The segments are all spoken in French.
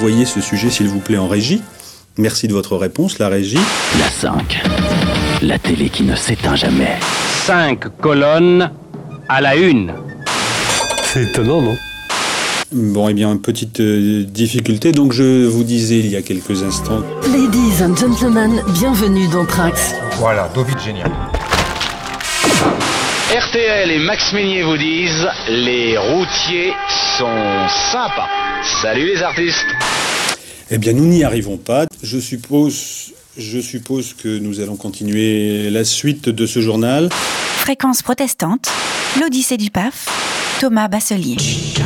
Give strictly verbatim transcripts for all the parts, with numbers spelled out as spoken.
envoyer ce sujet, s'il vous plaît, en régie. Merci de votre réponse, la régie. La cinq, la télé qui ne s'éteint jamais. Cinq colonnes à la une. C'est étonnant, non ? Bon, eh bien, petite euh, difficulté. Donc, je vous disais il y a quelques instants... Ladies and gentlemen, bienvenue dans Trax. Voilà, David génial. R T L et Max Meignier vous disent, les routiers sont sympas. Salut les artistes. Eh bien, nous n'y arrivons pas. Je suppose, je suppose que nous allons continuer la suite de ce journal. Fréquence protestante, l'Odyssée du P A F, Thomas Basselier.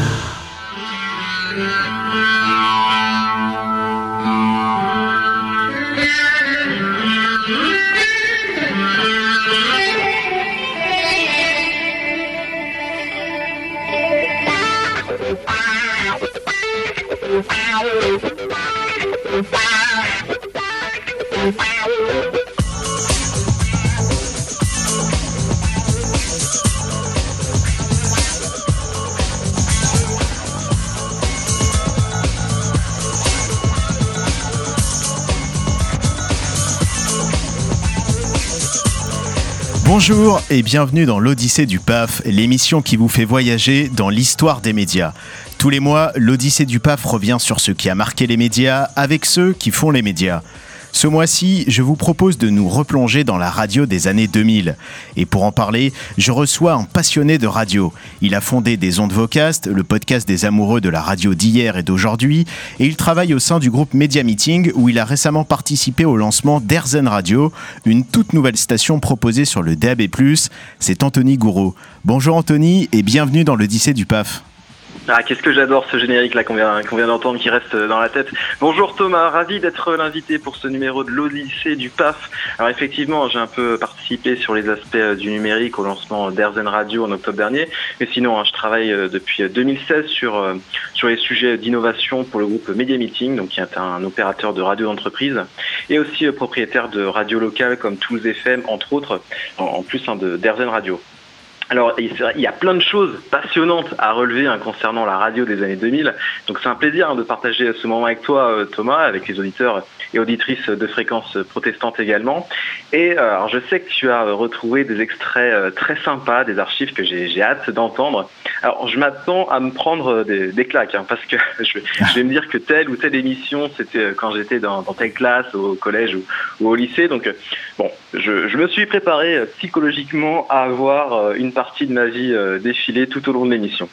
Bonjour et bienvenue dans l'Odyssée du P A F, l'émission qui vous fait voyager dans l'histoire des médias. Tous les mois, l'Odyssée du P A F revient sur ce qui a marqué les médias avec ceux qui font les médias. Ce mois-ci, je vous propose de nous replonger dans la radio des années deux mille. Et pour en parler, je reçois un passionné de radio. Il a fondé des Ondes Vocast, le podcast des amoureux de la radio d'hier et d'aujourd'hui, et il travaille au sein du groupe Media Meeting, où il a récemment participé au lancement d'Airzen Radio, une toute nouvelle station proposée sur le D A B plus. C'est Anthony Gouraud. Bonjour Anthony, et bienvenue dans l'Odyssée du P A F. Ah, qu'est-ce que j'adore ce générique là qu'on vient, qu'on vient d'entendre qui reste dans la tête. Bonjour Thomas, ravi d'être l'invité pour ce numéro de l'Odyssée du P A F. Alors effectivement, j'ai un peu participé sur les aspects du numérique au lancement d'Airzen Radio en octobre dernier, mais sinon hein, je travaille depuis deux mille seize sur, sur les sujets d'innovation pour le groupe Media Meeting, donc qui est un opérateur de radio d'entreprise, et aussi propriétaire de radios locales comme Toulouse F M entre autres, en, en plus hein, de, d'Airzen Radio. Alors, il y a plein de choses passionnantes à relever hein, concernant la radio des années deux mille. Donc, c'est un plaisir hein, de partager ce moment avec toi, Thomas, avec les auditeurs et auditrices de Fréquence Protestante également. Et euh, alors, je sais que tu as retrouvé des extraits euh, très sympas, des archives que j'ai, j'ai hâte d'entendre. Alors, je m'attends à me prendre des, des claques, hein, parce que je, je vais me dire que telle ou telle émission, c'était quand j'étais dans, dans telle classe, au collège ou, ou au lycée. Donc, bon, je, je me suis préparé psychologiquement à avoir une partie de ma vie euh, défiler tout au long de l'émission.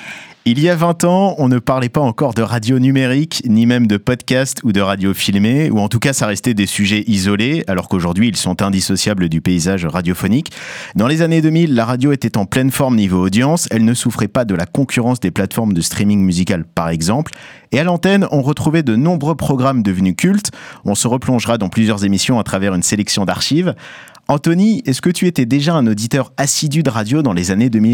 Il y a vingt ans, on ne parlait pas encore de radio numérique, ni même de podcast ou de radio filmée, ou en tout cas ça restait des sujets isolés, alors qu'aujourd'hui ils sont indissociables du paysage radiophonique. Dans les années deux mille, la radio était en pleine forme niveau audience, elle ne souffrait pas de la concurrence des plateformes de streaming musical par exemple, et à l'antenne, on retrouvait de nombreux programmes devenus cultes. On se replongera dans plusieurs émissions à travers une sélection d'archives. Anthony, est-ce que tu étais déjà un auditeur assidu de radio dans les années deux mille ?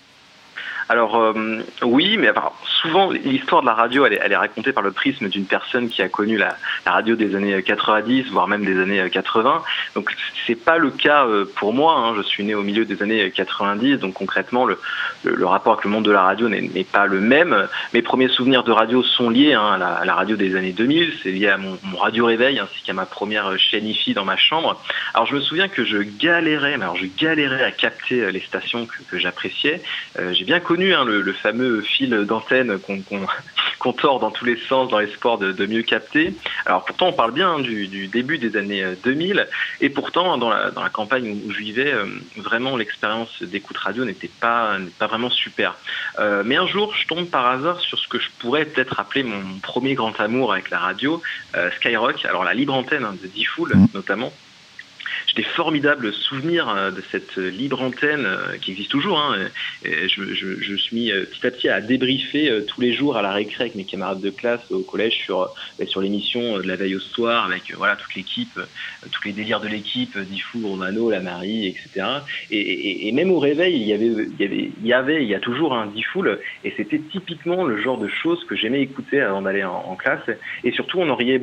Alors euh, oui, mais alors, souvent l'histoire de la radio, elle est, elle est racontée par le prisme d'une personne qui a connu la, la radio des années quatre-vingt-dix, voire même des années quatre-vingts. Donc c'est pas le cas pour moi. Hein. Je suis né au milieu des années quatre-vingt-dix, donc concrètement le, le, le rapport avec le monde de la radio n'est, n'est pas le même. Mes premiers souvenirs de radio sont liés hein, à, la, à la radio des années deux mille. C'est lié à mon, mon radio réveil, ainsi qu'à ma première chaîne hi-fi dans ma chambre. Alors je me souviens que je galérais, mais alors je galérais à capter les stations que, que j'appréciais. Euh, j'ai bien connu Hein, le, le fameux fil d'antenne qu'on, qu'on, qu'on tord dans tous les sens dans l'espoir de, de mieux capter. Alors pourtant on parle bien hein, du, du début des années deux mille et pourtant dans la, dans la campagne où je vivais, euh, vraiment l'expérience d'écoute radio n'était pas, n'était pas vraiment super. Euh, mais un jour je tombe par hasard sur ce que je pourrais peut-être appeler mon premier grand amour avec la radio, euh, Skyrock, alors la libre antenne hein, de D-Fool notamment. J'ai des formidables souvenirs de cette libre antenne qui existe toujours. Hein. Je, je, je suis mis petit à petit à débriefer tous les jours à la récré avec mes camarades de classe au collège sur, sur l'émission de la veille au soir avec voilà, toute l'équipe, tous les délires de l'équipe, Diffou, Romano, la Marie, et cetera. Et, et, et même au réveil, il y avait, il y avait, il y avait, il y a toujours un Diffoul et c'était typiquement le genre de choses que j'aimais écouter avant d'aller en, en classe. Et surtout, on en riait beaucoup.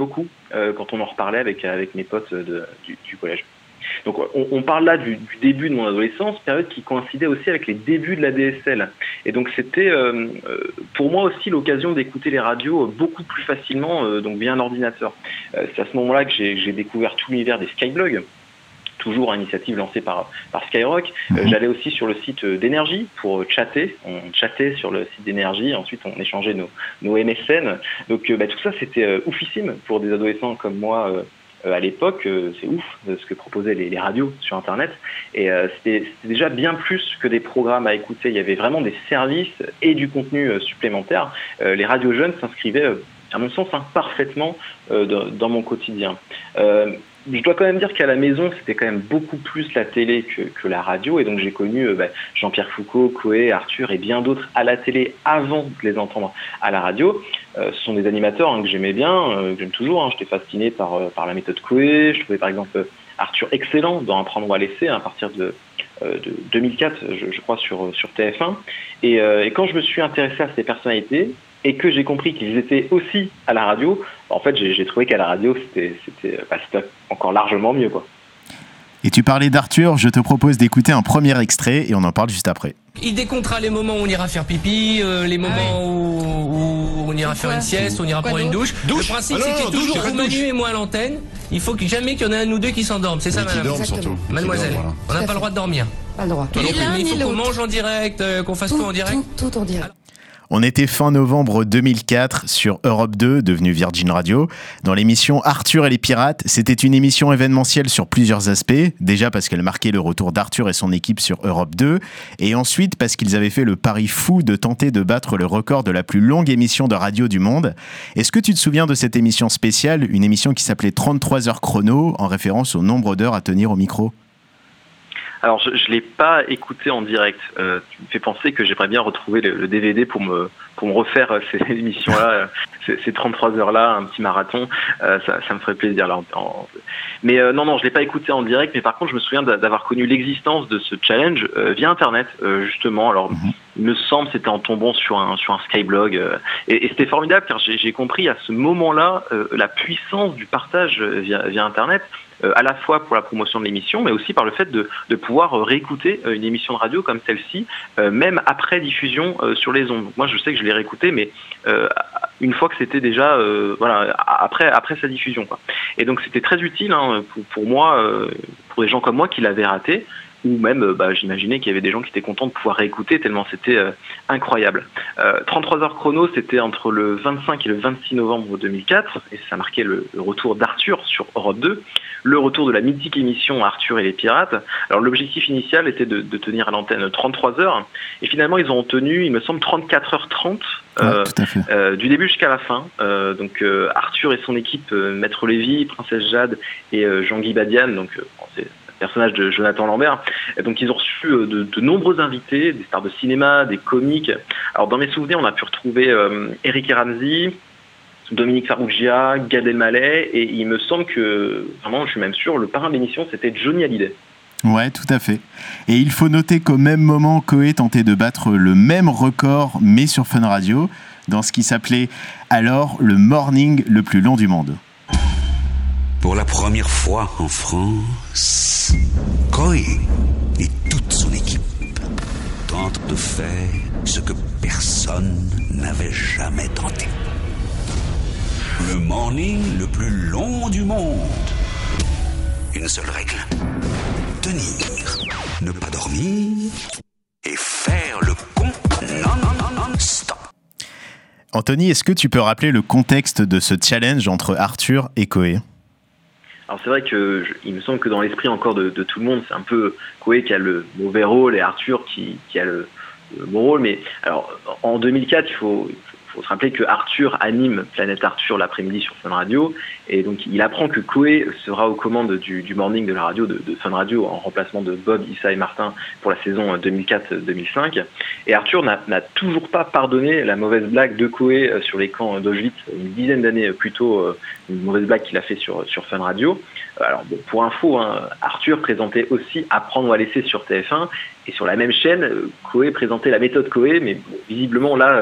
euh, quand on en reparlait avec, avec mes potes de, du, du collège. Donc on, on parle là du, du début de mon adolescence, période qui coïncidait aussi avec les débuts de la D S L. Et donc c'était euh, pour moi aussi l'occasion d'écouter les radios beaucoup plus facilement, euh, donc via un ordinateur. Euh, c'est à ce moment-là que j'ai, j'ai découvert tout l'univers des skyblogs, toujours une initiative lancée par, par Skyrock. Euh, mmh. J'allais aussi sur le site d'Énergie pour chatter. On chattait sur le site d'Énergie, ensuite on échangeait nos, nos M S N. Donc euh, bah, tout ça c'était euh, oufissime pour des adolescents comme moi. Euh, à l'époque, euh, c'est ouf euh, ce que proposaient les, les radios sur Internet. Et euh, c'était, c'était déjà bien plus que des programmes à écouter. Il y avait vraiment des services et du contenu euh, supplémentaire. Euh, les radios jeunes s'inscrivaient, euh, à mon sens, hein, parfaitement euh, dans, dans mon quotidien. Euh, Je dois quand même dire qu'à la maison, c'était quand même beaucoup plus la télé que, que la radio. Et donc, j'ai connu euh, bah, Jean-Pierre Foucault, Coé, Arthur et bien d'autres à la télé avant de les entendre à la radio. Euh, ce sont des animateurs hein, que j'aimais bien, euh, que j'aime toujours. Hein. J'étais fasciné par, euh, par la méthode Coé. Je trouvais par exemple Arthur excellent dans Apprendre ou à laisser hein, à partir de, euh, de deux mille quatre, je, je crois, sur, sur T F un. Et, euh, et quand je me suis intéressé à ces personnalités, et que j'ai compris qu'ils étaient aussi à la radio, en fait, j'ai, j'ai trouvé qu'à la radio, c'était, c'était, bah, c'était encore largement mieux, quoi. Et tu parlais d'Arthur, je te propose d'écouter un premier extrait et on en parle juste après. Il décomptera les moments où on ira faire pipi, euh, les moments ah oui. où, où on ira faire une sieste, on ira prendre une douche. douche. Le principe, ah non, c'est qu'il y ait toujours douche, Manu et moi à l'antenne. Il faut que jamais qu'il y en ait un ou deux qui s'endorment. C'est ça, oui, madame. Surtout. Mademoiselle, dorment, voilà. on n'a pas le droit de dormir. Pas le droit. Mais il faut qu'on mange en direct, euh, qu'on fasse tout, tout en direct. Tout, tout en direct. Alors, on était fin novembre deux mille quatre sur Europe deux, devenue Virgin Radio, dans l'émission Arthur et les Pirates. C'était une émission événementielle sur plusieurs aspects. Déjà parce qu'elle marquait le retour d'Arthur et son équipe sur Europe deux. Et ensuite parce qu'ils avaient fait le pari fou de tenter de battre le record de la plus longue émission de radio du monde. Est-ce que tu te souviens de cette émission spéciale, une émission qui s'appelait trente-trois heures chrono, en référence au nombre d'heures à tenir au micro ? Alors, je ne l'ai pas écouté en direct. Euh, tu me fais penser que j'aimerais bien retrouver le, le D V D pour me, pour me refaire euh, ces émissions-là, ces, ces trente-trois heures-là, un petit marathon. Euh, ça, ça me ferait plaisir. Là, en, en... Mais euh, non, non, je ne l'ai pas écouté en direct. Mais par contre, je me souviens d'avoir connu l'existence de ce challenge euh, via Internet, euh, justement. Alors, mm-hmm. il me semble c'était en tombant sur un, sur un Skyblog. Euh, et, et c'était formidable car j'ai, j'ai compris à ce moment-là euh, la puissance du partage via, via Internet. Euh, à la fois pour la promotion de l'émission, mais aussi par le fait de, de pouvoir réécouter une émission de radio comme celle-ci, euh, même après diffusion euh, sur les ondes. Donc moi, je sais que je l'ai réécouté, mais euh, une fois que c'était déjà, euh, voilà, après, après sa diffusion, quoi. Et donc c'était très utile hein, pour, pour moi, euh, pour des gens comme moi qui l'avaient raté, ou même, bah, j'imaginais qu'il y avait des gens qui étaient contents de pouvoir réécouter tellement c'était euh, incroyable. Euh, trente-trois heures chrono, c'était entre le vingt-cinq et le vingt-six novembre deux mille quatre, et ça marquait le, le retour d'Arthur sur Europe deux, le retour de la mythique émission Arthur et les Pirates. Alors l'objectif initial était de, de tenir à l'antenne trente-trois heures, et finalement ils ont tenu, il me semble, trente-quatre heures trente, euh, ouais, euh, du début jusqu'à la fin. Euh, donc euh, Arthur et son équipe, euh, Maître Lévy, Princesse Jade et euh, Jean-Guy Badiane, donc euh, c'est personnage de Jonathan Lambert. Et donc ils ont reçu de, de nombreux invités, des stars de cinéma, des comiques. Alors dans mes souvenirs, on a pu retrouver euh, Eric et Ramsey, Dominique Farrugia, Gad Elmaleh, et il me semble que, vraiment, je suis même sûr, le parrain de l'émission, c'était Johnny Hallyday. Ouais, tout à fait. Et il faut noter qu'au même moment, Coé tentait de battre le même record, mais sur Fun Radio, dans ce qui s'appelait alors le morning le plus long du monde. Pour la première fois en France, Coé et toute son équipe tentent de faire ce que personne n'avait jamais tenté. Le morning le plus long du monde. Une seule règle. Tenir, ne pas dormir et faire le con non, non, non, non, stop. Anthony, est-ce que tu peux rappeler le contexte de ce challenge entre Arthur et Coé ? Alors c'est vrai que je, il me semble que dans l'esprit encore de, de tout le monde, c'est un peu Coé qui a le mauvais rôle et Arthur qui, qui a le, le bon rôle. Mais alors en deux mille quatre, il faut, il faut se rappeler que Arthur anime Planète Arthur l'après-midi sur Fun Radio, et donc il apprend que Coé sera aux commandes du, du morning de la radio de, de Fun Radio en remplacement de Bob, Issa et Martin pour la saison deux mille quatre deux mille cinq. Et Arthur n'a, n'a toujours pas pardonné la mauvaise blague de Coé sur les camps d'Auschwitz une dizaine d'années plus tôt, une mauvaise blague qu'il a fait sur, sur Fun Radio. Alors bon, pour info, hein, Arthur présentait aussi Apprendre ou à laisser sur T F un, et sur la même chaîne, Coé présentait la méthode Coé, mais bon, visiblement là,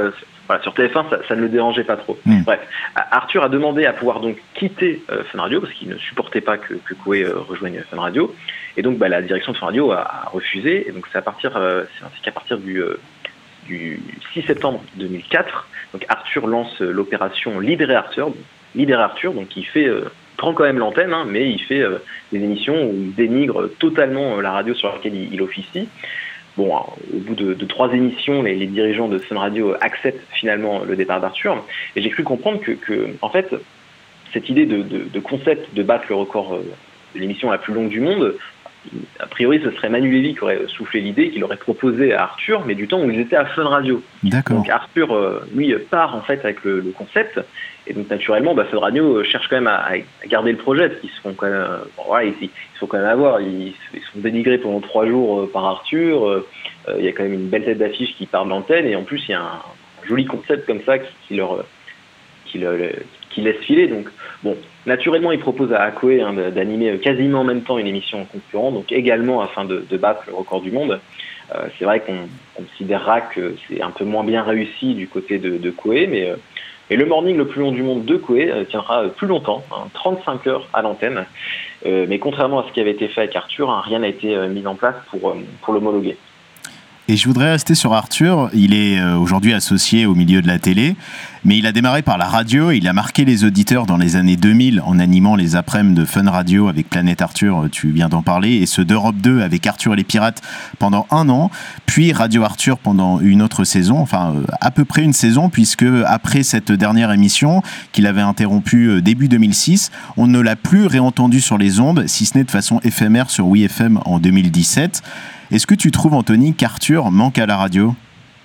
voilà, sur T F un, ça, ça ne le dérangeait pas trop. Mmh. Bref, Arthur a demandé à pouvoir donc quitter euh, Fun Radio parce qu'il ne supportait pas que, que Koé euh, rejoigne Fun Radio. Et donc, bah, la direction de Fun Radio a, a refusé. Et donc, c'est à partir, euh, c'est ainsi qu'à partir du, euh, du six septembre deux mille quatre, donc Arthur lance euh, l'opération Libérer Arthur. Libérer Arthur, donc il fait, euh, prend quand même l'antenne, hein, mais il fait euh, des émissions où il dénigre totalement euh, la radio sur laquelle il, il officie. Bon, alors, au bout de, de trois émissions, les, les dirigeants de Fun Radio acceptent finalement le départ d'Arthur. Et j'ai cru comprendre que, que en fait, cette idée de, de, de concept de battre le record de l'émission la plus longue du monde, a priori, ce serait Manu Lévy qui aurait soufflé l'idée, qu'il aurait proposé à Arthur, mais du temps où ils étaient à Fun Radio. D'accord. Donc Arthur, euh, lui, part en fait avec le, le concept. Et donc naturellement, bah, Fun Radio cherche quand même à, à garder le projet, parce qu'ils se font quand même, euh, bon, voilà, ils, ils se font quand même avoir. Ils, ils sont dénigrés pendant trois jours euh, par Arthur. Euh, il y a quand même une belle tête d'affiche qui part de l'antenne, et en plus il y a un, un joli concept comme ça qui, qui leur, qui, le, le, qui laisse filer. Donc bon, naturellement, il propose à Koé hein, d'animer quasiment en même temps une émission concurrente, donc également afin de, de battre le record du monde. Euh, c'est vrai qu'on considérera que c'est un peu moins bien réussi du côté de, de Koé, mais euh, et le morning le plus long du monde de Koé euh, tiendra plus longtemps, hein, trente-cinq heures à l'antenne. Euh, mais contrairement à ce qui avait été fait avec Arthur, hein, rien n'a été euh, mis en place pour, euh, pour l'homologuer. Et je voudrais rester sur Arthur. Il est euh, aujourd'hui associé au milieu de la télé, mais il a démarré par la radio. Il a marqué les auditeurs dans les années deux mille en animant les après-midi de Fun Radio avec Planète Arthur, tu viens d'en parler, et ceux d'Europe deux avec Arthur et les Pirates pendant un an, puis Radio Arthur pendant une autre saison, enfin euh, à peu près une saison, puisque après cette dernière émission qu'il avait interrompue euh, début deux mille six, on ne l'a plus réentendu sur les ondes, si ce n'est de façon éphémère sur Oui F M en deux mille dix-sept. Est-ce que tu trouves, Anthony, qu'Arthur manque à la radio ?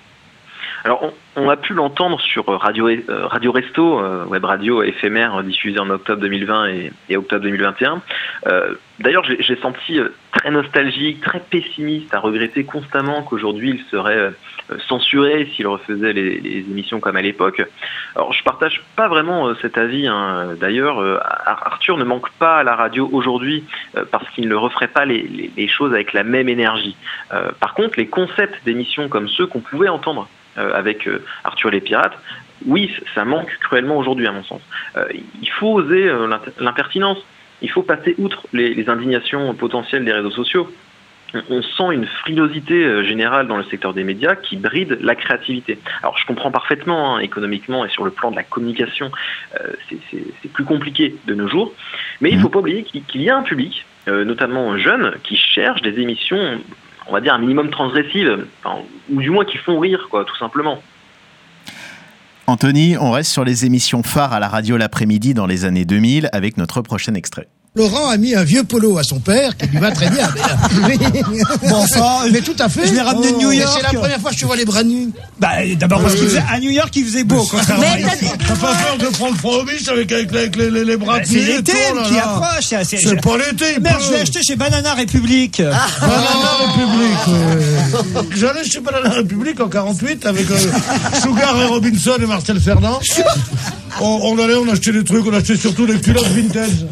Alors, on, on a pu l'entendre sur Radio, euh, Radio Resto, euh, web radio éphémère euh, diffusée en octobre deux mille vingt et, et octobre deux mille vingt et un. Euh, d'ailleurs, j'ai, j'ai senti euh, très nostalgique, très pessimiste, à regretter constamment qu'aujourd'hui il serait euh, censuré s'il refaisait les, les émissions comme à l'époque. Alors, je partage pas vraiment euh, cet avis. Hein. D'ailleurs, euh, Arthur ne manque pas à la radio aujourd'hui euh, parce qu'il ne referait pas les, les, les choses avec la même énergie. Euh, par contre, les concepts d'émissions comme ceux qu'on pouvait entendre euh, avec euh, Arthur et les Pirates, oui, ça manque cruellement aujourd'hui à mon sens. Euh, il faut oser euh, l'impertinence. Il faut passer outre les, les indignations potentielles des réseaux sociaux. On sent une frilosité générale dans le secteur des médias qui bride la créativité. Alors je comprends parfaitement, hein, économiquement et sur le plan de la communication, euh, c'est, c'est, c'est plus compliqué de nos jours, mais il ne faut pas oublier qu'il y a un public, euh, notamment jeune, qui cherche des émissions, on va dire un minimum transgressives, enfin, ou du moins qui font rire, quoi, tout simplement. Anthony, on reste sur les émissions phares à la radio l'après-midi dans les années deux mille avec notre prochain extrait. Laurent a mis un vieux polo à son père qui lui va très bien. Mais, bon, enfin, mais tout à fait. Je l'ai ramené oh, de New York. C'est la première fois que je te vois les bras nus. Bah, d'abord parce qu'il faisait, à New York, il faisait beau. Mais t'as pas peur de prendre froid au biche avec, avec, avec les, les, les bras bah, nus. C'est l'été qui approche. C'est, c'est, c'est pas l'été. Merde, je l'ai acheté chez Banana République. Ah, Banana République. Euh, j'allais chez Banana République en quarante-huit avec euh, Sugar et Robinson et Marcel Ferdinand. On, on allait, on achetait des trucs, on achetait surtout des culottes vintage.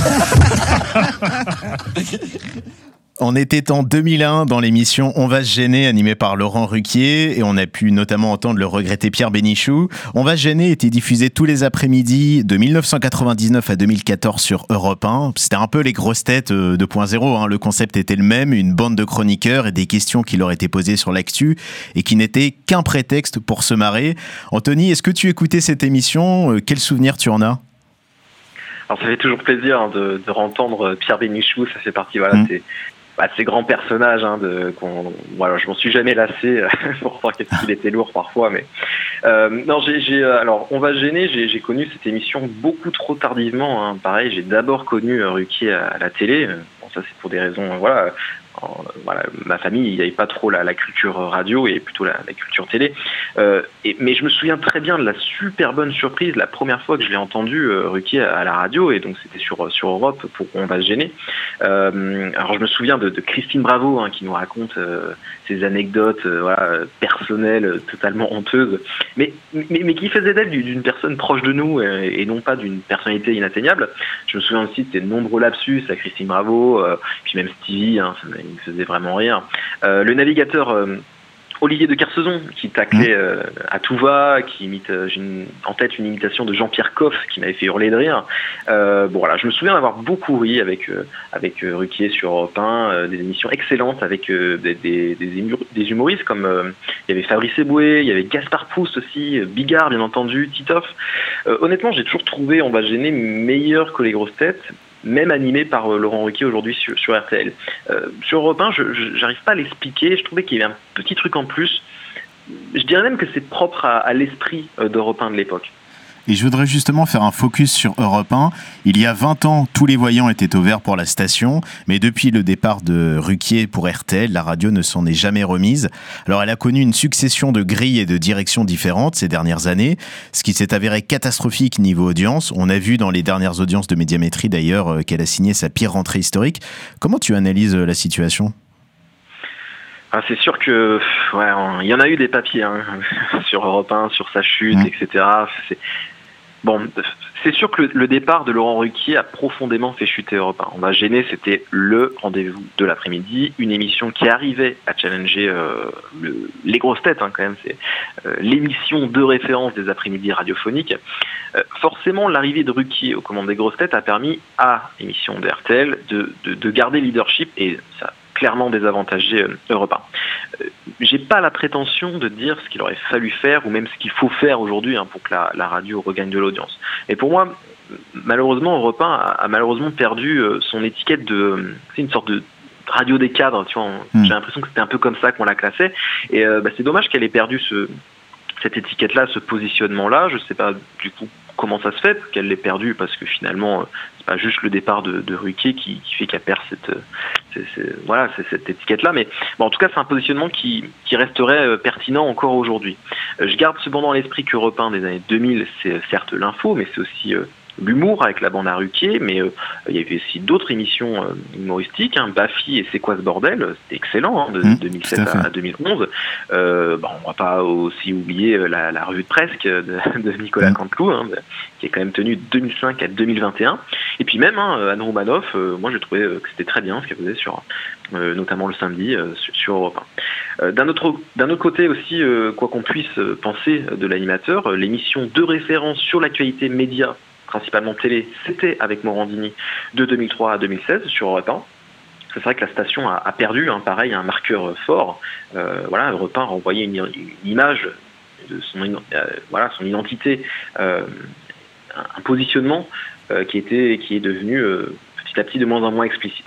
On était en deux mille un dans l'émission On va se gêner, animée par Laurent Ruquier, et on a pu notamment entendre le regretté Pierre Bénichou. On va se gêner était diffusé tous les après-midi de dix-neuf cent quatre-vingt-dix-neuf à deux mille quatorze sur Europe un. C'était un peu les grosses têtes deux point zéro, hein. Le concept était le même, une bande de chroniqueurs et des questions qui leur étaient posées sur l'actu et qui n'étaient qu'un prétexte pour se marrer. Anthony, est-ce que tu écoutais cette émission ? Quel souvenir tu en as ? Alors ça fait toujours plaisir hein, de, de entendre Pierre Bénichou, ça fait partie voilà, mmh. c'est Bah, ces grands personnages, hein, de, qu'on, voilà, je m'en suis jamais lassé. Pourtant, qu'est-ce qu'il était lourd parfois, mais euh, non, j'ai, j'ai, alors, on va se gêner. J'ai, j'ai connu cette émission beaucoup trop tardivement. Hein. Pareil, j'ai d'abord connu euh, Ruquier à, à la télé. Bon, ça, c'est pour des raisons, euh, voilà. En, voilà, ma famille, il n'y avait pas trop la, la culture radio et plutôt la, la culture télé. Euh, et, mais je me souviens très bien de la super bonne surprise la première fois que je l'ai entendu euh, Ruquier à, à la radio, et donc c'était sur sur Europe pour On va se gêner. Euh, alors je me souviens de, de Christine Bravo hein, qui nous raconte euh, ses anecdotes euh, voilà, personnelles euh, totalement honteuses, mais, mais mais qui faisait d'elle d'une personne proche de nous euh, et non pas d'une personnalité inatteignable. Je me souviens aussi de nombreux lapsus à Christine Bravo, euh, puis même Stevie. Hein, il me faisait vraiment rire. Euh, le navigateur euh, Olivier de Kersauzon qui taclait euh, à tout va, qui imite, euh, j'ai une, en tête une imitation de Jean-Pierre Coff qui m'avait fait hurler de rire. Euh, bon voilà, je me souviens d'avoir beaucoup ri avec euh, avec euh, Ruquier sur Europe un, euh, des émissions excellentes avec euh, des, des, des, des humoristes comme euh, il y avait Fabrice Eboué, il y avait Gaspard Proust aussi, euh, Bigard bien entendu, Titoff. Euh, honnêtement, j'ai toujours trouvé On va gêner meilleur que les grosses têtes, même animé par euh, Laurent Ruquier aujourd'hui sur, sur R T L. Euh, sur Europe un, je, je, j'arrive pas à l'expliquer, je trouvais qu'il y avait un petit truc en plus. Je dirais même que c'est propre à, à l'esprit euh, d'Europe un de l'époque. Et je voudrais justement faire un focus sur Europe un. Il y a vingt ans, tous les voyants étaient au vert pour la station, mais depuis le départ de Ruquier pour R T L, la radio ne s'en est jamais remise. Alors elle a connu une succession de grilles et de directions différentes ces dernières années, ce qui s'est avéré catastrophique niveau audience. On a vu dans les dernières audiences de Médiamétrie d'ailleurs qu'elle a signé sa pire rentrée historique. Comment tu analyses la situation ? Ah, c'est sûr que ouais, il y en a eu des papiers hein, sur Europe un, sur sa chute, mmh. et cetera. C'est... Bon, c'est sûr que le, le départ de Laurent Ruquier a profondément fait chuter Europe un. On va gêner, c'était le rendez-vous de l'après-midi, une émission qui arrivait à challenger euh, le, les grosses têtes, hein, quand même. C'est euh, l'émission de référence des après-midi radiophoniques. Euh, forcément, l'arrivée de Ruquier aux commandes des grosses têtes a permis à l'émission de R T L de, de, de garder le leadership et ça clairement désavantagé euh, Europe un. Euh, j'ai pas la prétention de dire ce qu'il aurait fallu faire ou même ce qu'il faut faire aujourd'hui hein, pour que la, la radio regagne de l'audience. Et pour moi, malheureusement, Europe un a, a malheureusement perdu euh, son étiquette de, c'est une sorte de radio des cadres. Tu vois, on, mmh. j'ai l'impression que c'était un peu comme ça qu'on la classait. Et euh, bah, c'est dommage qu'elle ait perdu ce, cette étiquette-là, ce positionnement-là. Je sais pas du coup comment ça se fait qu'elle l'ait perdu parce que finalement c'est pas juste le départ de, de Ruquier qui, qui fait qu'elle perd cette c'est, c'est, voilà c'est cette étiquette là mais bon, en tout cas c'est un positionnement qui, qui resterait pertinent encore aujourd'hui. Je garde cependant à l'esprit qu'Europe un des années deux mille c'est certes l'info mais c'est aussi euh, l'humour avec la bande à Ruquier, mais euh, il y avait aussi d'autres émissions euh, humoristiques, hein, Baffy et C'est quoi ce bordel, c'était excellent, hein, de mmh, deux mille sept à, à deux mille onze. Euh, bon, on va pas aussi oublier la, la revue de presse de, de Nicolas mmh. Canteloup, hein, de, qui est quand même tenue de deux mille cinq à deux mille vingt et un. Et puis même hein, Anne Romanoff, euh, moi je trouvais euh, que c'était très bien ce qu'elle faisait sur, euh, notamment le samedi euh, sur, sur Europe un. Euh, d'un autre d'un autre côté aussi, euh, quoi qu'on puisse penser de l'animateur, euh, l'émission de référence sur l'actualité média, principalement télé, c'était avec Morandini de deux mille trois à deux mille seize sur Europe un. C'est vrai que la station a, a perdu, hein, pareil, un marqueur fort. Euh, voilà, Europe un renvoyait une, une image de son, euh, voilà, son identité, euh, un, un positionnement euh, qui était, qui est devenu euh, petit à petit de moins en moins explicite.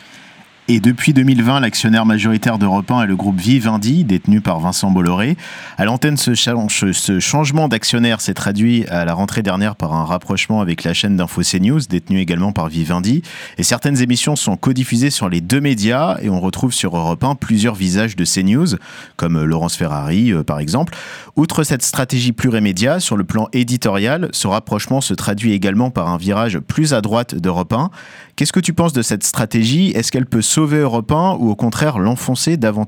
Et depuis deux mille vingt, l'actionnaire majoritaire d'Europe un est le groupe Vivendi, détenu par Vincent Bolloré. À l'antenne, ce, change, ce changement d'actionnaire s'est traduit à la rentrée dernière par un rapprochement avec la chaîne d'info CNews, détenue également par Vivendi. Et certaines émissions sont codiffusées sur les deux médias et on retrouve sur Europe un plusieurs visages de CNews, comme Laurence Ferrari euh, par exemple. Outre cette stratégie plurimédia, sur le plan éditorial, ce rapprochement se traduit également par un virage plus à droite d'Europe un. Qu'est-ce que tu penses de cette stratégie ? Est-ce qu'elle peut sauver Europe un ou au contraire l'enfoncer davantage ?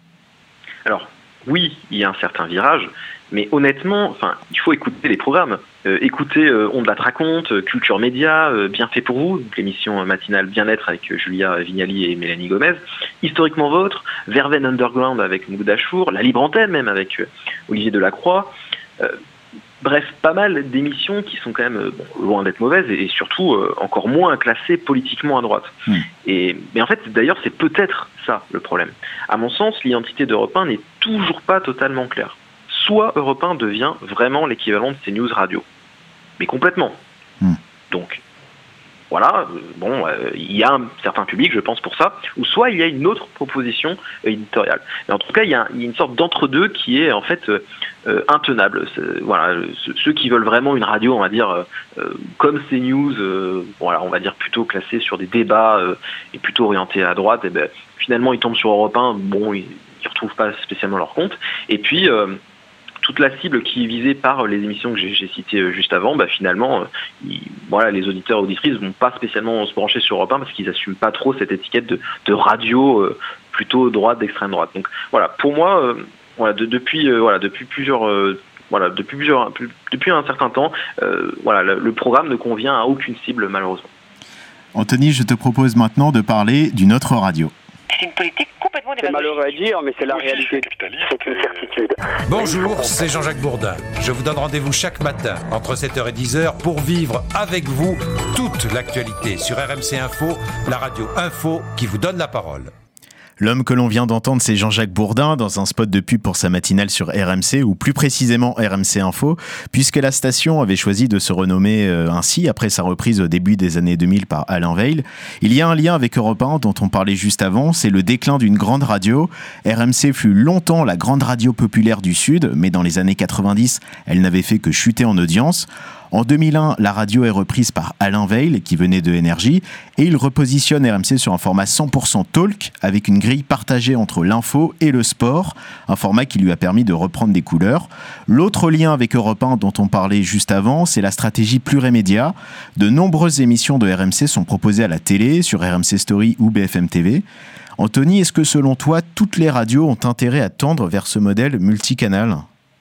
Alors, oui, il y a un certain virage, mais honnêtement, enfin, il faut écouter les programmes. Euh, écoutez euh, On de la raconte, euh, Culture Média, euh, Bien fait pour vous, l'émission matinale Bien-être avec euh, Julia Vignali et Mélanie Gomez, Historiquement Vôtre, Verveine Underground avec Mouk Dachour, La Libre Antenne même avec euh, Olivier Delacroix. Euh, Bref, pas mal d'émissions qui sont quand même bon, loin d'être mauvaises et, et surtout euh, encore moins classées politiquement à droite. Mmh. Et, mais en fait, d'ailleurs, c'est peut-être ça le problème. À mon sens, l'identité d'Europe un n'est toujours pas totalement claire. Soit Europe un devient vraiment l'équivalent de CNews Radio, mais complètement. Mmh. Donc, voilà, euh, bon, euh, il y a un certain public, je pense, pour ça, ou soit il y a une autre proposition euh, éditoriale. Mais en tout cas, il y, a, il y a une sorte d'entre-deux qui est en fait euh, euh, intenable. C'est, voilà, ce, ceux qui veulent vraiment une radio, on va dire, euh, comme CNews, euh, voilà, on va dire plutôt classée sur des débats euh, et plutôt orientée à droite, et ben, finalement ils tombent sur Europe un, bon, ils ne retrouvent pas spécialement leur compte. Et puis, euh, toute la cible qui est visée par les émissions que j'ai, j'ai citées juste avant, bah finalement, ils, voilà, les auditeurs et auditrices vont pas spécialement se brancher sur Europe un parce qu'ils n'assument pas trop cette étiquette de, de radio euh, plutôt droite, d'extrême droite. Donc voilà, pour moi, euh, voilà, de, depuis, euh, voilà, depuis plusieurs, euh, voilà, depuis plusieurs, plus, depuis un certain temps, euh, voilà, le, le programme ne convient à aucune cible malheureusement. Anthony, je te propose maintenant de parler d'une autre radio. C'est une politique complètement démagogique. C'est malheureux à dire, mais c'est la réalité. C'est une certitude. Bonjour, c'est Jean-Jacques Bourdin. Je vous donne rendez-vous chaque matin entre sept heures et dix heures pour vivre avec vous toute l'actualité sur R M C Info, la radio Info qui vous donne la parole. L'homme que l'on vient d'entendre, c'est Jean-Jacques Bourdin dans un spot de pub pour sa matinale sur R M C, ou plus précisément R M C Info, puisque la station avait choisi de se renommer ainsi après sa reprise au début des années deux mille par Alain Veil. Il y a un lien avec Europe un dont on parlait juste avant, c'est le déclin d'une grande radio. R M C fut longtemps la grande radio populaire du Sud, mais dans les années quatre-vingt-dix, elle n'avait fait que chuter en audience. En deux mille un, la radio est reprise par Alain Veil, qui venait de Énergie, et il repositionne R M C sur un format cent pour cent talk, avec une grille partagée entre l'info et le sport, un format qui lui a permis de reprendre des couleurs. L'autre lien avec Europe un dont on parlait juste avant, c'est la stratégie plurimédia. De nombreuses émissions de R M C sont proposées à la télé, sur R M C Story ou B F M T V. Anthony, est-ce que selon toi, toutes les radios ont intérêt à tendre vers ce modèle multicanal ?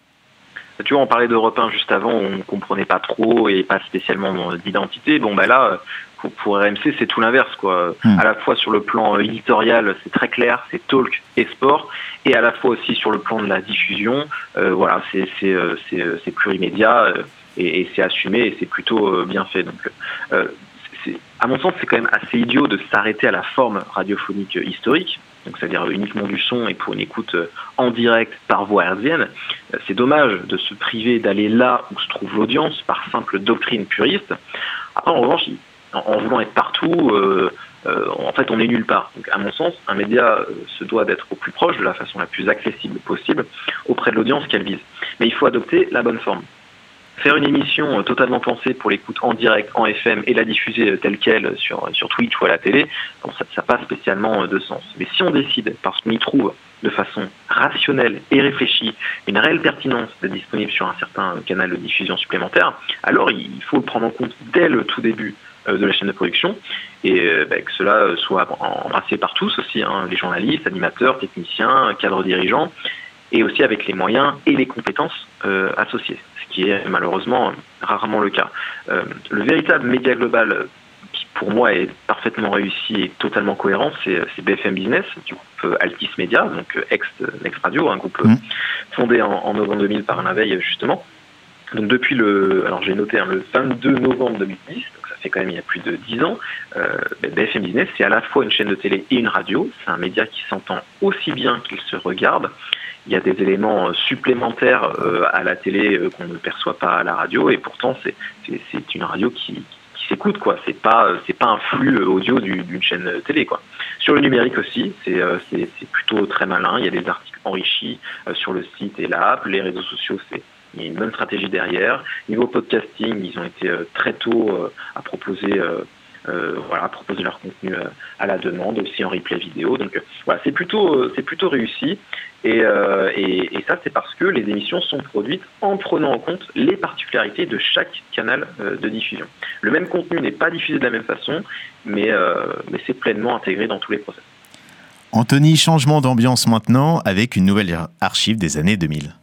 Tu vois, on parlait d'Europe un juste avant, on ne comprenait pas trop et pas spécialement d'identité. Bon, bah là, pour, pour R M C, c'est tout l'inverse, quoi. Mmh. À la fois sur le plan éditorial, c'est très clair, c'est talk et sport, et à la fois aussi sur le plan de la diffusion, euh, voilà, c'est, c'est, c'est, c'est plurimédia euh, et, et c'est assumé et c'est plutôt euh, bien fait. Donc, euh, c'est, à mon sens, c'est quand même assez idiot de s'arrêter à la forme radiophonique historique. Donc c'est-à-dire uniquement du son et pour une écoute en direct par voie hertzienne. C'est dommage de se priver d'aller là où se trouve l'audience par simple doctrine puriste. Après, en revanche, en voulant être partout, euh, euh, en fait, on est nulle part. Donc, à mon sens, un média se doit d'être au plus proche, de la façon la plus accessible possible, auprès de l'audience qu'elle vise. Mais il faut adopter la bonne forme. Faire une émission totalement pensée pour l'écoute en direct, en F M, et la diffuser telle qu'elle sur, sur Twitch ou à la télé, bon, ça n'a pas spécialement de sens. Mais si on décide, parce qu'on y trouve de façon rationnelle et réfléchie une réelle pertinence d'être disponible sur un certain canal de diffusion supplémentaire, alors il faut le prendre en compte dès le tout début de la chaîne de production, et bah, que cela soit embrassé par tous aussi, hein, les journalistes, animateurs, techniciens, cadres dirigeants, et aussi avec les moyens et les compétences euh, associées, ce qui est malheureusement rarement le cas. Euh, le véritable média global qui pour moi est parfaitement réussi et totalement cohérent, c'est, c'est B F M Business, du groupe Altis Media, donc ex Next Radio, un groupe mmh. fondé en, en novembre deux mille par Alain Veil justement. Donc depuis le, alors j'ai noté hein, le vingt-deux novembre deux mille dix, donc ça fait quand même il y a plus de dix ans, euh, B F M Business c'est à la fois une chaîne de télé et une radio, c'est un média qui s'entend aussi bien qu'il se regarde. Il y a des éléments supplémentaires euh, à la télé euh, qu'on ne perçoit pas à la radio, et pourtant c'est, c'est, c'est une radio qui, qui s'écoute, quoi. C'est pas c'est pas un flux audio du, d'une chaîne télé, quoi. Sur le numérique aussi, c'est, euh, c'est c'est plutôt très malin. Il y a des articles enrichis euh, sur le site et l'app, les réseaux sociaux, c'est il y a une bonne stratégie derrière. Niveau podcasting, ils ont été euh, très tôt euh, à proposer euh, Euh, voilà, proposer leur contenu euh, à la demande, aussi en replay vidéo. Donc euh, voilà, c'est plutôt, euh, c'est plutôt réussi. Et, euh, et, et ça, c'est parce que les émissions sont produites en prenant en compte les particularités de chaque canal euh, de diffusion. Le même contenu n'est pas diffusé de la même façon, mais, euh, mais c'est pleinement intégré dans tous les process. Anthony, changement d'ambiance maintenant avec une nouvelle archive des années deux mille.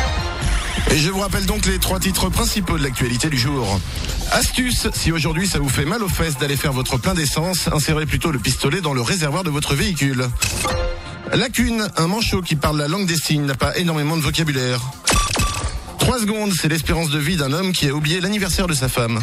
Et je vous rappelle donc les trois titres principaux de l'actualité du jour. Astuce, si aujourd'hui ça vous fait mal aux fesses d'aller faire votre plein d'essence, insérez plutôt le pistolet dans le réservoir de votre véhicule. Lacune, un manchot qui parle la langue des signes n'a pas énormément de vocabulaire. Trois secondes, c'est l'espérance de vie d'un homme qui a oublié l'anniversaire de sa femme.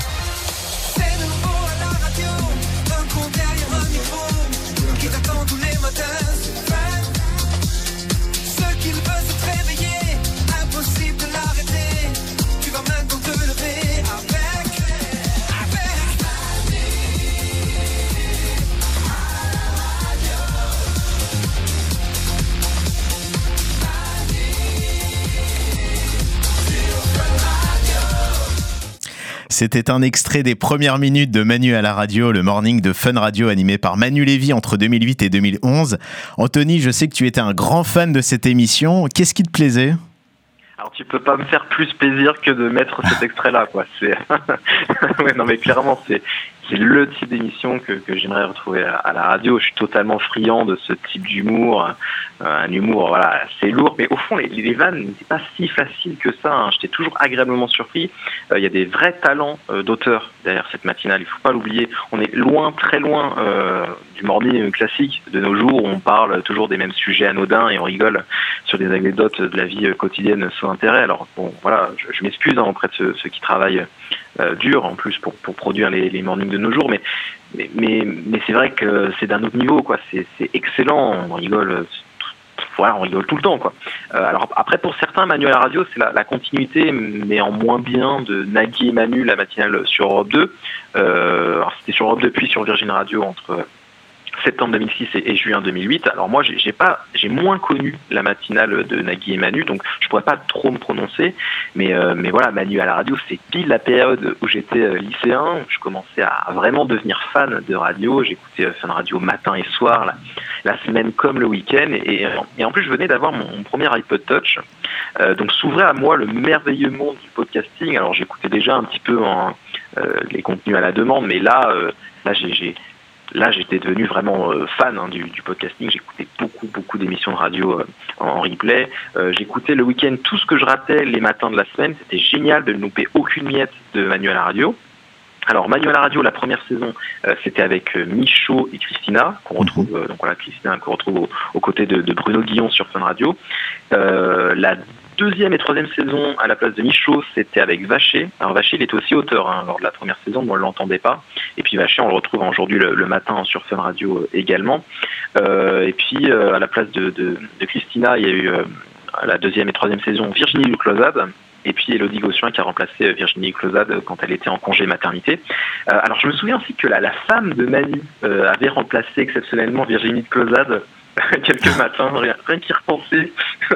C'était un extrait des premières minutes de Manu à la radio, le morning de Fun Radio animé par Manu Lévy entre deux mille huit et deux mille onze. Anthony, je sais que tu étais un grand fan de cette émission. Qu'est-ce qui te plaisait ? Alors tu peux pas me faire plus plaisir que de mettre cet extrait-là, quoi. C'est ouais, non mais clairement c'est c'est le type d'émission que, que j'aimerais retrouver à, à la radio. Je suis totalement friand de ce type d'humour, euh, un humour voilà assez lourd, mais au fond les, les vannes n'étaient pas si faciles que ça. Hein. J'étais toujours agréablement surpris. Il euh, y a des vrais talents euh, d'auteurs derrière cette matinale. Il faut pas l'oublier. On est loin, très loin euh, du morning classique de nos jours où on parle toujours des mêmes sujets anodins et on rigole sur des anecdotes de la vie quotidienne sans intérêt. Alors bon, voilà, je, je m'excuse hein, auprès de ceux, ceux qui travaillent euh, dur en plus pour, pour produire les, les mornings de nos jours, mais mais mais, mais c'est vrai que c'est d'un autre niveau, quoi. C'est, c'est excellent, on rigole. Voilà, on rigole tout le temps, quoi. Euh, alors après, pour certains, Manu à la radio, c'est la, la continuité, mais en moins bien, de Nagui et Manu, la matinale sur Europe deux. Euh, alors c'était sur Europe deux puis sur Virgin Radio entre septembre deux mille six et, et juin deux mille huit. Alors moi, j'ai, j'ai pas, j'ai moins connu la matinale de Nagui et Manu, donc je pourrais pas trop me prononcer. Mais euh, mais voilà, Manu à la radio, c'est pile la période où j'étais euh, lycéen. Je commençais à vraiment devenir fan de radio. J'écoutais euh, Fun Radio matin et soir, la, la semaine comme le week-end. Et, et en plus, je venais d'avoir mon, mon premier iPod Touch. Euh, donc s'ouvrait à moi le merveilleux monde du podcasting. Alors j'écoutais déjà un petit peu en, euh, les contenus à la demande, mais là, euh, là j'ai, j'ai Là, j'étais devenu vraiment euh, fan hein, du, du podcasting. J'écoutais beaucoup, beaucoup d'émissions de radio euh, en replay. Euh, j'écoutais le week-end tout ce que je ratais les matins de la semaine. C'était génial de ne louper aucune miette de Manu à la radio. Alors, Manu à la radio, la première saison, euh, c'était avec euh, Michaud et Christina, qu'on retrouve, euh, donc voilà, Christina, qu'on retrouve au, aux côtés de, de Bruno Guillon sur Fun Radio. Euh, la deuxième et troisième saison, à la place de Michaud, c'était avec Vacher. Alors Vacher, il était aussi auteur hein, lors de la première saison, moi on ne l'entendais pas. Et puis Vacher, on le retrouve aujourd'hui le, le matin sur Fun Radio euh, également. Euh, et puis euh, à la place de, de, de Christina, il y a eu euh, à la deuxième et troisième saison Virginie Duclosade. Et puis Élodie Gossuin qui a remplacé Virginie Closade quand elle était en congé maternité. Euh, alors je me souviens aussi que la, la femme de Manu euh, avait remplacé exceptionnellement Virginie Closade quelques matins, rien, rien qu'y repenser,